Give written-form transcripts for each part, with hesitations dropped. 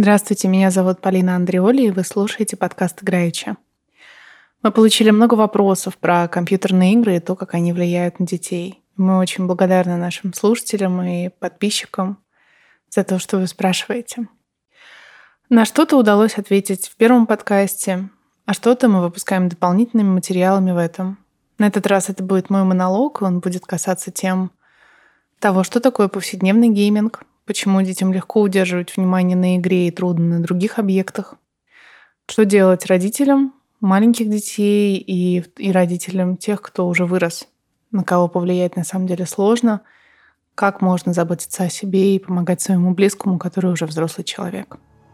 Здравствуйте, меня зовут Полина Андреоли, и вы слушаете подкаст «Играючи». Мы получили много вопросов про компьютерные игры и то, как они влияют на детей. Мы очень благодарны нашим слушателям и подписчикам за то, что вы спрашиваете. На что-то удалось ответить в первом подкасте, а что-то мы выпускаем дополнительными материалами в этом. На этот раз это будет мой монолог, и он будет касаться тем того, что такое повседневный гейминг, почему детям легко удерживать внимание на игре и трудно на других объектах, что делать родителям маленьких детей и родителям тех, кто уже вырос, на кого повлиять на самом деле сложно, как можно заботиться о себе и помогать своему близкому, который уже взрослый человек.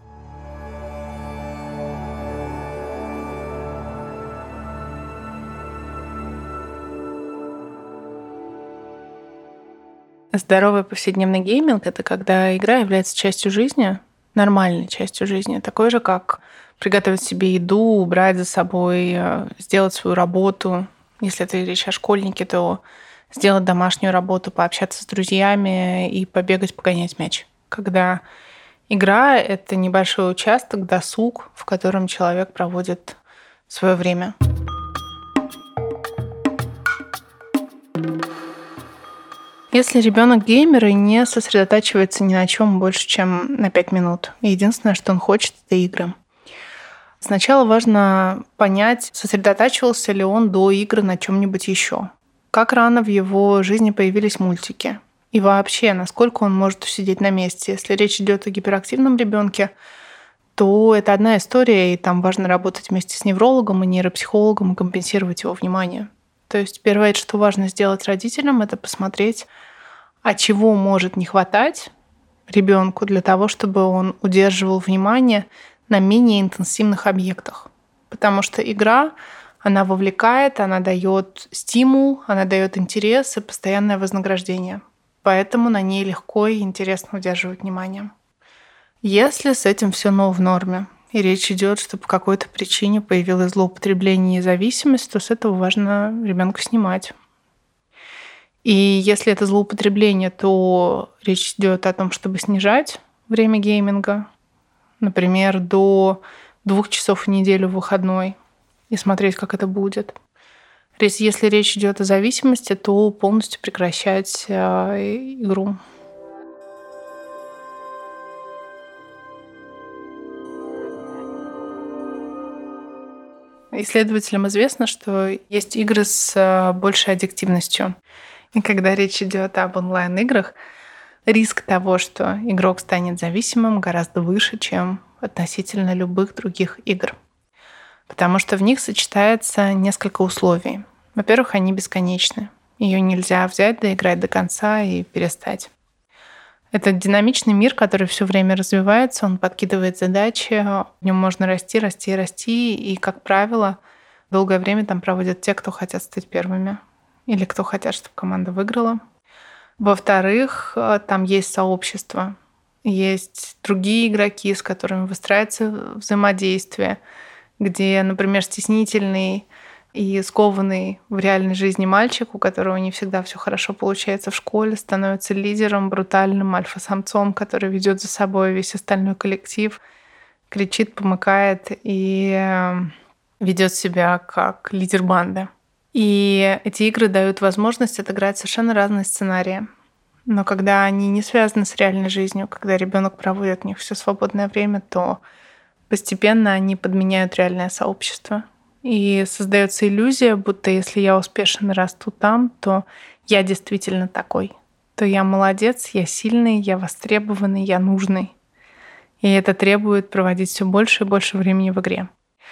Здоровый повседневный гейминг — это когда игра является частью жизни, нормальной частью жизни, такой же, как приготовить себе еду, убрать за собой, сделать свою работу. Если это речь о школьнике, то сделать домашнюю работу, пообщаться с друзьями и побегать, погонять мяч. Когда игра — это небольшой участок, досуг, в котором человек проводит свое время. Если ребенок геймер и не сосредотачивается ни на чем больше, чем на 5 минут, единственное, что он хочет, это игры. Сначала важно понять, сосредотачивался ли он до игры на чем-нибудь еще. Как рано в его жизни появились мультики. И вообще, насколько он может усидеть на месте. Если речь идет о гиперактивном ребенке, то это одна история, и там важно работать вместе с неврологом и нейропсихологом и компенсировать его внимание. То есть первое, что важно сделать родителям, это посмотреть, а чего может не хватать ребенку для того, чтобы он удерживал внимание на менее интенсивных объектах. Потому что игра, она вовлекает, она дает стимул, она дает интерес и постоянное вознаграждение. Поэтому на ней легко и интересно удерживать внимание. Если с этим все в норме, и речь идет, что по какой-то причине появилось злоупотребление и зависимость, то с этого важно ребенка снимать. И если это злоупотребление, то речь идет о том, чтобы снижать время гейминга, например, до 2 часов в неделю в выходной, и смотреть, как это будет. Если речь идет о зависимости, то полностью прекращать игру. Исследователям известно, что есть игры с большей аддиктивностью. И когда речь идет об онлайн-играх, риск того, что игрок станет зависимым, гораздо выше, чем относительно любых других игр. Потому что в них сочетается несколько условий. Во-первых, они бесконечны. Ее нельзя взять, доиграть до конца и перестать. Это динамичный мир, который все время развивается, он подкидывает задачи, в нем можно расти, расти, расти, и, как правило, долгое время там проводят те, кто хотят стать первыми, или кто хотят, чтобы команда выиграла. Во-вторых, там есть сообщество, есть другие игроки, с которыми выстраивается взаимодействие, где, например, стеснительный и скованный в реальной жизни мальчик, у которого не всегда все хорошо получается в школе, становится лидером, брутальным альфа-самцом, который ведет за собой весь остальной коллектив, кричит, помыкает и ведет себя как лидер банды. И эти игры дают возможность отыграть совершенно разные сценарии. Но когда они не связаны с реальной жизнью, когда ребенок проводит в них все свободное время, то постепенно они подменяют реальное сообщество. И создается иллюзия, будто если я успешен и расту там, то я действительно такой. То я молодец, я сильный, я востребованный, я нужный. И это требует проводить все больше и больше времени в игре.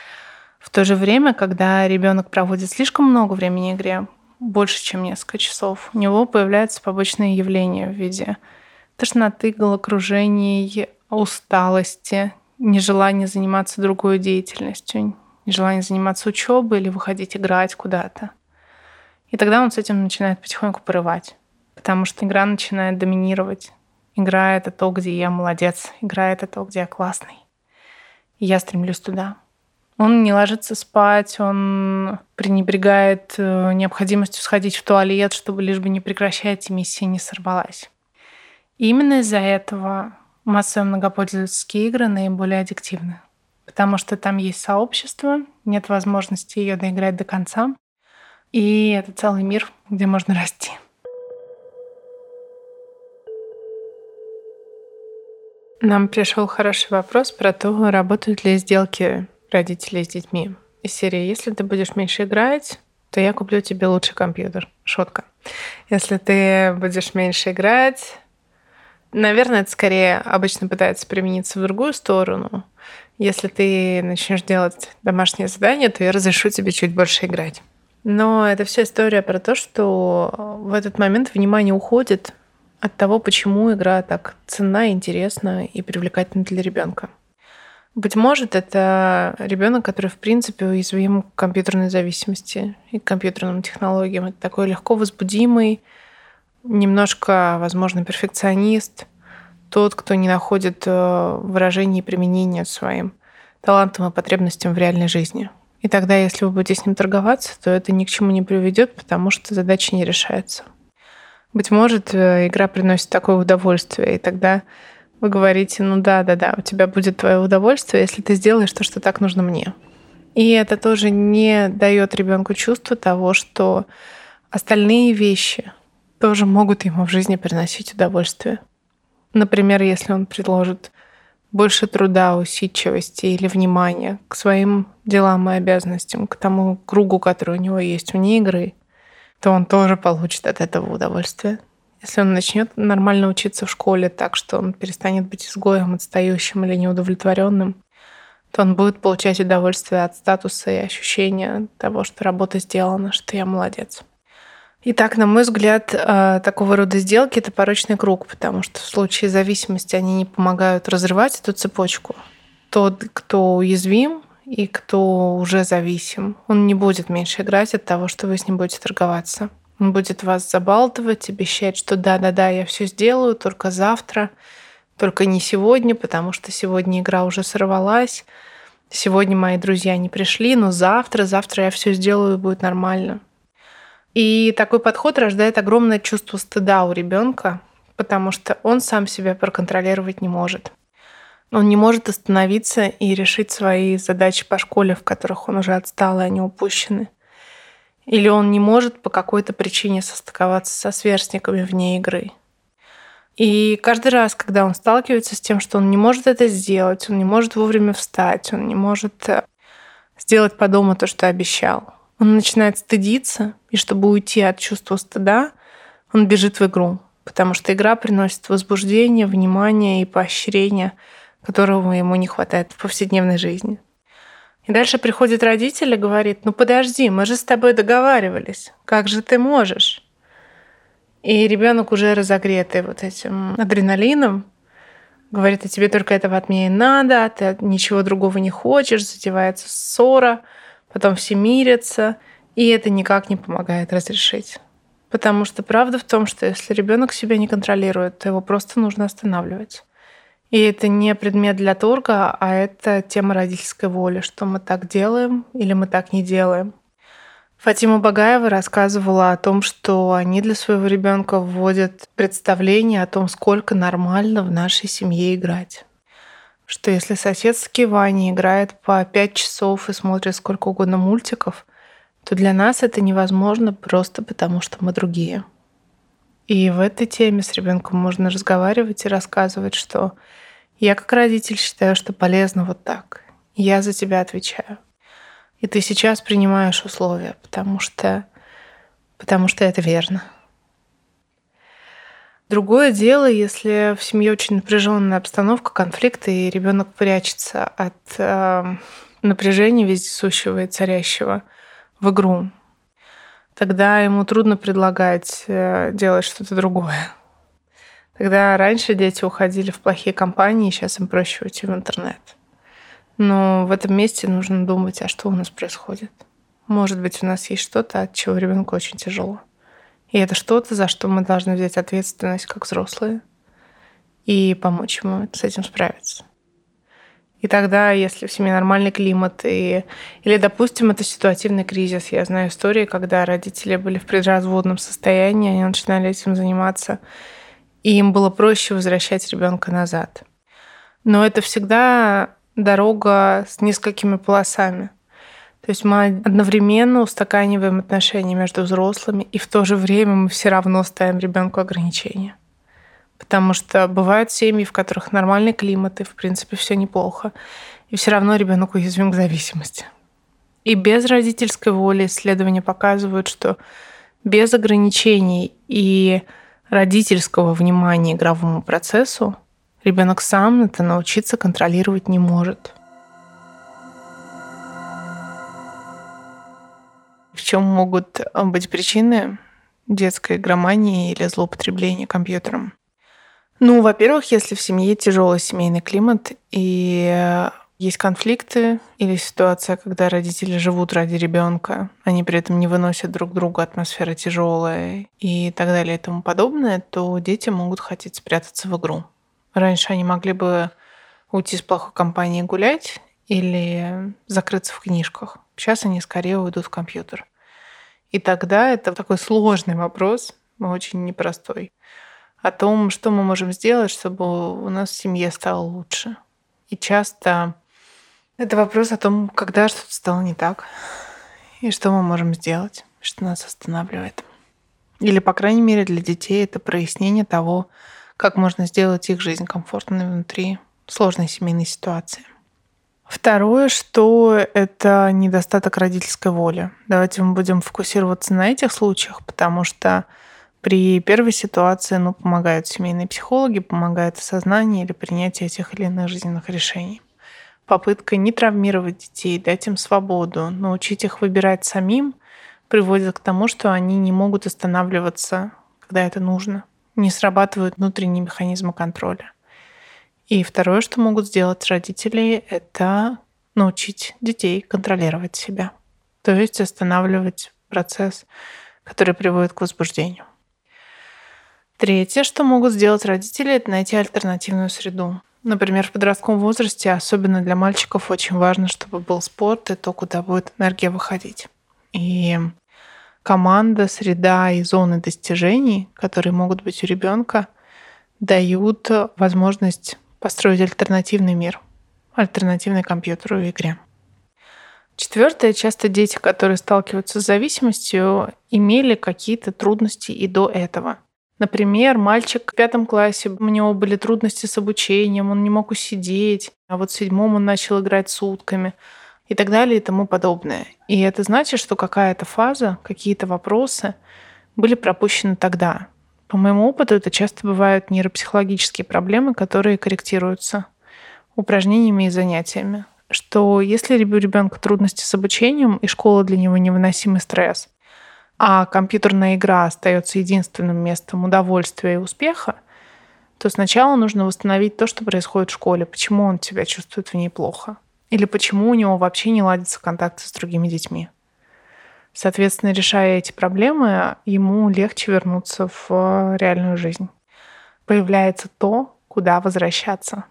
В то же время, когда ребенок проводит слишком много времени в игре, больше, чем несколько часов, у него появляются побочные явления в виде тошноты, головокружений, усталости, нежелания заниматься другой деятельностью, нежелание заниматься учебой или выходить играть куда-то. И тогда он с этим начинает потихоньку порывать, потому что игра начинает доминировать. Игра — это то, где я молодец. Игра — это то, где я классный. И я стремлюсь туда. Он не ложится спать, он пренебрегает необходимостью сходить в туалет, чтобы лишь бы не прекращать, и миссия не сорвалась. И именно из-за этого Массовые многопользовательские игры наиболее аддиктивны, потому что там есть сообщество, нет возможности ее доиграть до конца, и это целый мир, где можно расти. Нам пришел хороший вопрос про то, работают ли сделки родителей с детьми. Из серии «Если ты будешь меньше играть, то я куплю тебе лучший компьютер». Шутка. Если ты будешь меньше играть, наверное, это скорее обычно пытается примениться в другую сторону. Если ты начнешь делать домашнее задание, то я разрешу тебе чуть больше играть. Но это вся история про то, что в этот момент внимание уходит от того, почему игра так ценна, интересна и привлекательна для ребенка. Быть может, это ребенок, который, в принципе, уязвим к компьютерной зависимости и к компьютерным технологиям. Это такой легко возбудимый, немножко, возможно, перфекционист, тот, кто не находит выражения и применения своим талантам и потребностям в реальной жизни. И тогда, если вы будете с ним торговаться, то это ни к чему не приведет, потому что задача не решается. Быть может, игра приносит такое удовольствие, и тогда вы говорите, ну да, у тебя будет твое удовольствие, если ты сделаешь то, что так нужно мне. И это тоже не дает ребенку чувство того, что остальные вещи тоже могут ему в жизни приносить удовольствие. Например, если он предложит больше труда, усидчивости или внимания к своим делам и обязанностям, к тому кругу, который у него есть вне игры, то он тоже получит от этого удовольствие. Если он начнет нормально учиться в школе так, что он перестанет быть изгоем, отстающим или неудовлетворенным, то он будет получать удовольствие от статуса и ощущения того, что работа сделана, что я молодец. Итак, на мой взгляд, такого рода сделки — это порочный круг, потому что в случае зависимости они не помогают разрывать эту цепочку. Тот, кто уязвим и кто уже зависим, он не будет меньше играть от того, что вы с ним будете торговаться. Он будет вас забалтывать, обещать, что да, я все сделаю, только завтра, только не сегодня, потому что сегодня игра уже сорвалась, сегодня мои друзья не пришли, но завтра я все сделаю, и будет нормально. И такой подход рождает огромное чувство стыда у ребенка, потому что он сам себя проконтролировать не может. Он не может остановиться и решить свои задачи по школе, в которых он уже отстал, и они упущены. Или он не может по какой-то причине состыковаться со сверстниками вне игры. И каждый раз, когда он сталкивается с тем, что он не может это сделать, он не может вовремя встать, он не может сделать по дому то, что обещал, он начинает стыдиться, и чтобы уйти от чувства стыда, он бежит в игру, потому что игра приносит возбуждение, внимание и поощрение, которого ему не хватает в повседневной жизни. И дальше приходит родитель и говорит: ну подожди, мы же с тобой договаривались, как же ты можешь? И ребенок уже разогретый вот этим адреналином говорит: а тебе только этого от меня и надо, ты ничего другого не хочешь, затевается ссора, потом все мирятся, и это никак не помогает разрешить. Потому что правда в том, что если ребенок себя не контролирует, то его просто нужно останавливать. И это не предмет для торга, а это тема родительской воли, что мы так делаем или мы так не делаем. Фатима Багаева рассказывала о том, что они для своего ребенка вводят представление о том, сколько нормально в нашей семье играть. Что если соседский Ваня играет по 5 часов и смотрит сколько угодно мультиков, то для нас это невозможно просто потому, что мы другие. И в этой теме с ребенком можно разговаривать и рассказывать, что я как родитель считаю, что полезно вот так. Я за тебя отвечаю. И ты сейчас принимаешь условия, потому что это верно. Другое дело, если в семье очень напряженная обстановка, конфликты, и ребенок прячется от напряжения вездесущего и царящего в игру. Тогда ему трудно предлагать делать что-то другое. Тогда раньше дети уходили в плохие компании, сейчас им проще уйти в интернет. Но в этом месте нужно думать, а что у нас происходит. Может быть, у нас есть что-то, от чего ребенку очень тяжело. И это что-то, за что мы должны взять ответственность как взрослые и помочь ему с этим справиться. И тогда, если в семье нормальный климат, или, допустим, это ситуативный кризис. Я знаю истории, когда родители были в предразводном состоянии, они начинали этим заниматься, и им было проще возвращать ребенка назад. Но это всегда дорога с несколькими полосами. То есть мы одновременно устаканиваем отношения между взрослыми, и в то же время мы все равно ставим ребенку ограничения. Потому что бывают семьи, в которых нормальный климат, и в принципе все неплохо. И все равно ребенок уязвим к зависимости. И без родительской воли исследования показывают, что без ограничений и родительского внимания игровому процессу ребенок сам это научиться контролировать не может. В чем могут быть причины детской игромании или злоупотребления компьютером? Ну, во-первых, если в семье тяжелый семейный климат и есть конфликты или ситуация, когда родители живут ради ребенка, они при этом не выносят друг друга, атмосфера тяжелая и так далее и тому подобное, то дети могут хотеть спрятаться в игру. Раньше они могли бы уйти с плохой компанией гулять или закрыться в книжках. Сейчас они скорее уйдут в компьютер. И тогда это такой сложный вопрос, очень непростой, о том, что мы можем сделать, чтобы у нас в семье стало лучше. И часто это вопрос о том, когда что-то стало не так, и что мы можем сделать, что нас останавливает. Или, по крайней мере, для детей это прояснение того, как можно сделать их жизнь комфортной внутри сложной семейной ситуации. Второе, что это недостаток родительской воли. Давайте мы будем фокусироваться на этих случаях, потому что при первой ситуации помогают семейные психологи, помогает осознание или принятие тех или иных жизненных решений. Попытка не травмировать детей, дать им свободу, научить их выбирать самим, приводит к тому, что они не могут останавливаться, когда это нужно. Не срабатывают внутренние механизмы контроля. И второе, что могут сделать родители, это научить детей контролировать себя. То есть останавливать процесс, который приводит к возбуждению. Третье, что могут сделать родители, это найти альтернативную среду. Например, в подростковом возрасте, особенно для мальчиков, очень важно, чтобы был спорт и то, куда будет энергия выходить. И команда, среда и зоны достижений, которые могут быть у ребенка, дают возможность построить альтернативный мир, альтернативный компьютеру и игре. Четвертое, часто дети, которые сталкиваются с зависимостью, имели какие-то трудности и до этого. Например, мальчик в 5 классе, у него были трудности с обучением, он не мог усидеть, а вот в 7 он начал играть сутками и так далее и тому подобное. И это значит, что какая-то фаза, какие-то вопросы были пропущены тогда. По моему опыту, это часто бывают нейропсихологические проблемы, которые корректируются упражнениями и занятиями. Что если у ребенка трудности с обучением, и школа для него невыносимый стресс, а компьютерная игра остается единственным местом удовольствия и успеха, то сначала нужно восстановить то, что происходит в школе, почему он себя чувствует в ней плохо, или почему у него вообще не ладятся контакты с другими детьми. Соответственно, решая эти проблемы, ему легче вернуться в реальную жизнь. Появляется то, куда возвращаться.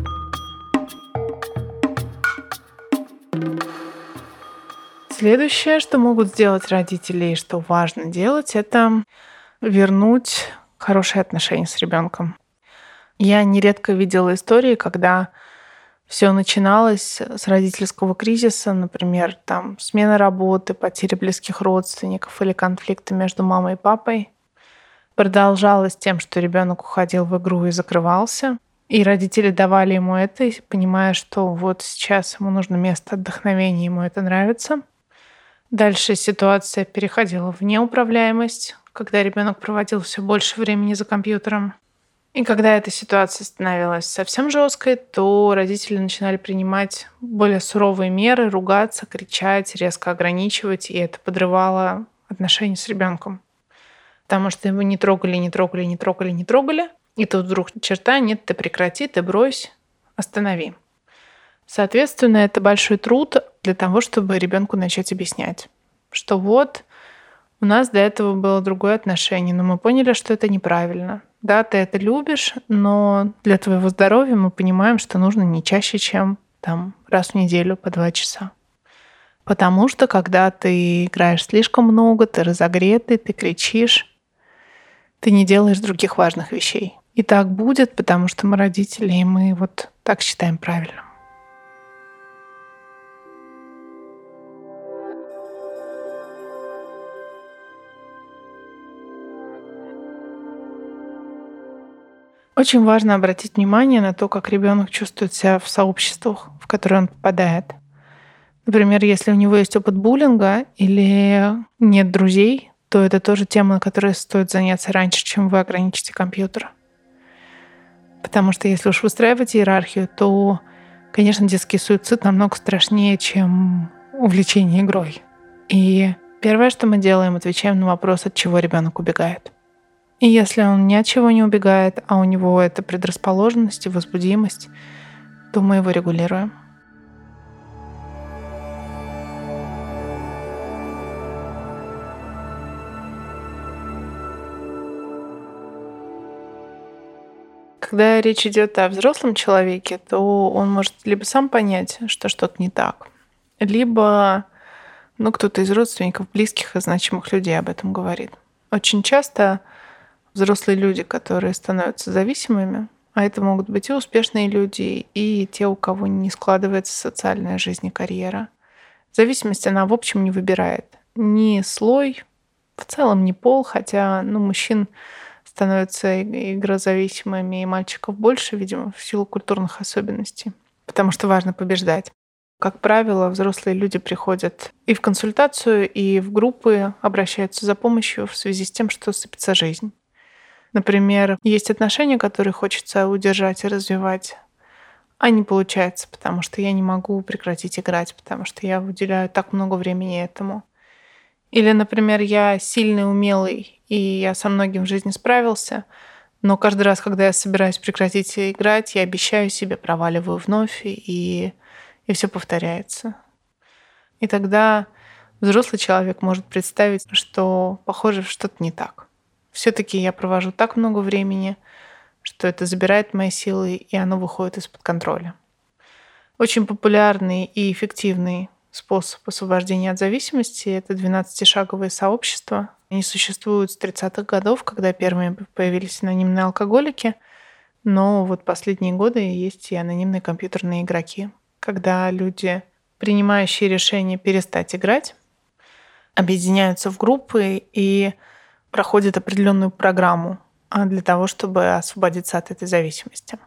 Следующее, что могут сделать родители и что важно делать, это вернуть хорошие отношения с ребенком. Я нередко видела истории, когда все начиналось с родительского кризиса, например, смена работы, потеря близких родственников или конфликты между мамой и папой. Продолжалось тем, что ребенок уходил в игру и закрывался. И родители давали ему это, понимая, что вот сейчас ему нужно место отдохновения, ему это нравится. Дальше ситуация переходила в неуправляемость, когда ребенок проводил все больше времени за компьютером. И когда эта ситуация становилась совсем жесткой, то родители начинали принимать более суровые меры, ругаться, кричать, резко ограничивать, и это подрывало отношения с ребенком. Потому что его не трогали, и тут вдруг черта, нет, ты прекрати, ты брось, останови. Соответственно, это большой труд для того, чтобы ребенку начать объяснять, что вот у нас до этого было другое отношение, но мы поняли, что это неправильно. Да, ты это любишь, но для твоего здоровья мы понимаем, что нужно не чаще, чем раз в неделю по 2 часа. Потому что когда ты играешь слишком много, ты разогретый, ты кричишь, ты не делаешь других важных вещей. И так будет, потому что мы родители, и мы так считаем правильным. Очень важно обратить внимание на то, как ребенок чувствует себя в сообществах, в которые он попадает. Например, если у него есть опыт буллинга или нет друзей, то это тоже тема, которой стоит заняться раньше, чем вы ограничите компьютер. Потому что если уж выстраивать иерархию, то, конечно, детский суицид намного страшнее, чем увлечение игрой. И первое, что мы делаем, отвечаем на вопрос, от чего ребенок убегает. И если он ни от чего не убегает, а у него это предрасположенность и возбудимость, то мы его регулируем. Когда речь идет о взрослом человеке, то он может либо сам понять, что что-то не так, либо кто-то из родственников, близких и значимых людей об этом говорит. Очень часто взрослые люди, которые становятся зависимыми, а это могут быть и успешные люди, и те, у кого не складывается социальная жизнь и карьера. Зависимость, она в общем не выбирает ни слой, в целом ни пол, хотя мужчин становятся игрозависимыми, и мальчиков больше, видимо, в силу культурных особенностей, потому что важно побеждать. Как правило, взрослые люди приходят и в консультацию, и в группы, обращаются за помощью в связи с тем, что сыпется жизнь. Например, есть отношения, которые хочется удержать и развивать, а не получается, потому что я не могу прекратить играть, потому что я уделяю так много времени этому. Или, например, я сильный, умелый, и я со многим в жизни справился, но каждый раз, когда я собираюсь прекратить играть, я обещаю себе, проваливаю вновь, и все повторяется. И тогда взрослый человек может представить, что, похоже, что-то не так. Все-таки я провожу так много времени, что это забирает мои силы, и оно выходит из-под контроля. Очень популярный и эффективный способ освобождения от зависимости — это 12-шаговые сообщества. Они существуют с 30-х годов, когда первыми появились анонимные алкоголики, но вот последние годы есть и анонимные компьютерные игроки, когда люди, принимающие решение перестать играть, объединяются в группы и проходят определенную программу для того, чтобы освободиться от этой зависимости.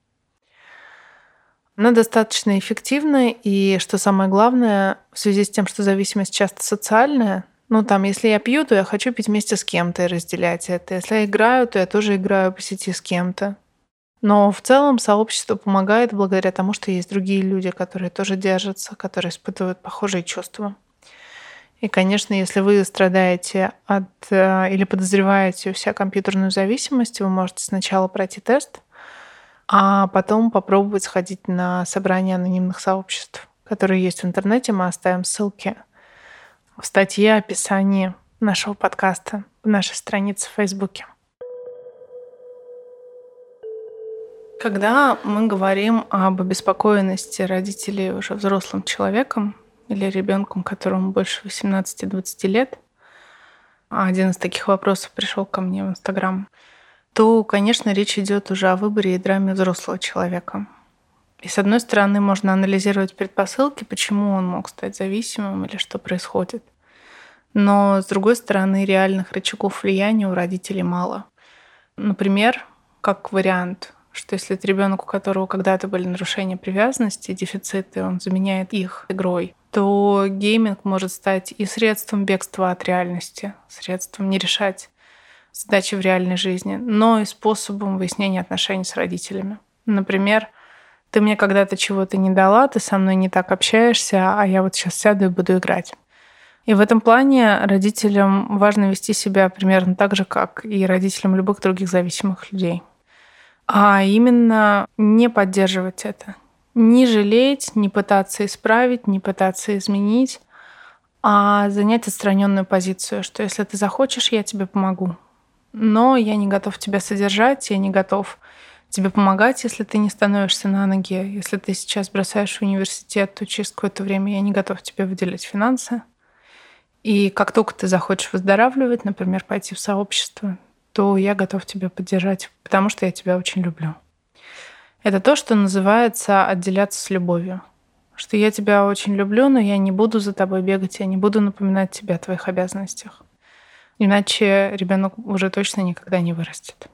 Она достаточно эффективна, и, что самое главное, в связи с тем, что зависимость часто социальная, если я пью, то я хочу пить вместе с кем-то и разделять это. Если я играю, то я тоже играю по сети с кем-то. Но в целом сообщество помогает благодаря тому, что есть другие люди, которые тоже держатся, которые испытывают похожие чувства. И, конечно, если вы страдаете от или подозреваете у себя компьютерную зависимость, вы можете сначала пройти тест, а потом попробовать сходить на собрание анонимных сообществ, которые есть в интернете. Мы оставим ссылки в статье, описании нашего подкаста, в нашей странице в Фейсбуке. Когда мы говорим об обеспокоенности родителей уже взрослым человеком или ребенком, которому больше 18-20 лет, один из таких вопросов пришел ко мне в Инстаграм, то, конечно, речь идет уже о выборе и драме взрослого человека. И с одной стороны, можно анализировать предпосылки, почему он мог стать зависимым или что происходит. Но с другой стороны, реальных рычагов влияния у родителей мало. Например, как вариант, что если это ребенок, у которого когда-то были нарушения привязанности, дефициты, он заменяет их игрой, то гейминг может стать и средством бегства от реальности, средством не решать задачи в реальной жизни, но и способом выяснения отношений с родителями. Например, ты мне когда-то чего-то не дала, ты со мной не так общаешься, а я вот сейчас сяду и буду играть. И в этом плане родителям важно вести себя примерно так же, как и родителям любых других зависимых людей. А именно не поддерживать это. Не жалеть, не пытаться исправить, не пытаться изменить, а занять отстраненную позицию, что если ты захочешь, я тебе помогу. Но я не готов тебя содержать, я не готов тебе помогать, если ты не становишься на ноги. Если ты сейчас бросаешь университет, то через какое-то время я не готов тебе выделять финансы. И как только ты захочешь выздоравливать, например, пойти в сообщество, то я готов тебя поддержать, потому что я тебя очень люблю. Это то, что называется отделяться с любовью. Что я тебя очень люблю, но я не буду за тобой бегать, я не буду напоминать тебе о твоих обязанностях. Иначе ребенок уже точно никогда не вырастет.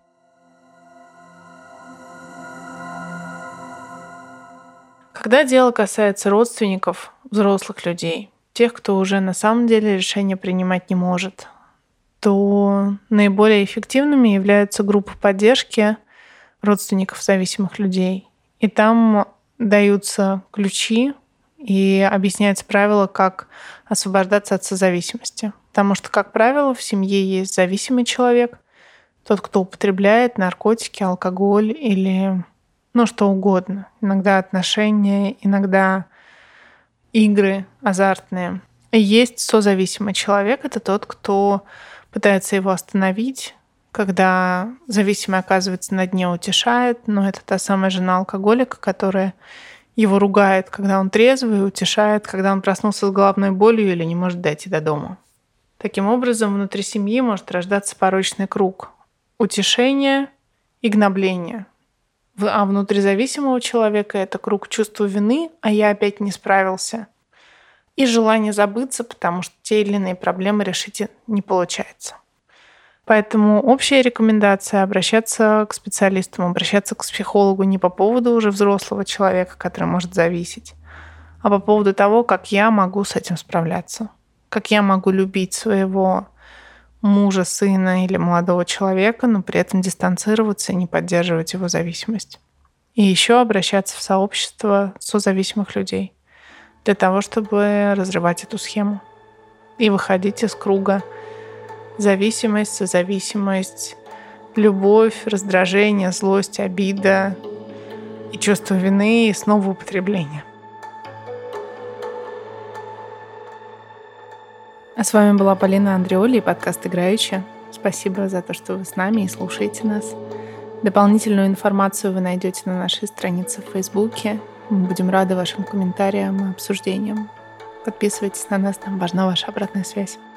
Когда дело касается родственников, взрослых людей, тех, кто уже на самом деле решения принимать не может, то наиболее эффективными являются группы поддержки родственников зависимых людей. И там даются ключи и объясняются правила, как освобождаться от созависимости. Потому что, как правило, в семье есть зависимый человек, тот, кто употребляет наркотики, алкоголь или что угодно. Иногда отношения, иногда игры азартные. И есть созависимый человек, это тот, кто пытается его остановить, когда зависимый оказывается на дне, утешает, но это та самая жена алкоголика, которая его ругает, когда он трезвый, утешает, когда он проснулся с головной болью или не может дойти до дома. Таким образом, внутри семьи может рождаться порочный круг утешения и гнобления. А внутри зависимого человека это круг чувства вины, а я опять не справился, и желание забыться, потому что те или иные проблемы решить не получается. Поэтому общая рекомендация — обращаться к специалистам, обращаться к психологу не по поводу уже взрослого человека, который может зависеть, а по поводу того, как я могу с этим справляться, как я могу любить своего мужа, сына или молодого человека, но при этом дистанцироваться и не поддерживать его зависимость. И еще обращаться в сообщество созависимых людей для того, чтобы разрывать эту схему и выходить из круга зависимость, созависимость, любовь, раздражение, злость, обида и чувство вины и снова употребление. А с вами была Полина Андреоли и подкаст «Играючи». Спасибо за то, что вы с нами и слушаете нас. Дополнительную информацию вы найдете на нашей странице в Фейсбуке. Мы будем рады вашим комментариям и обсуждениям. Подписывайтесь на нас, нам важна ваша обратная связь.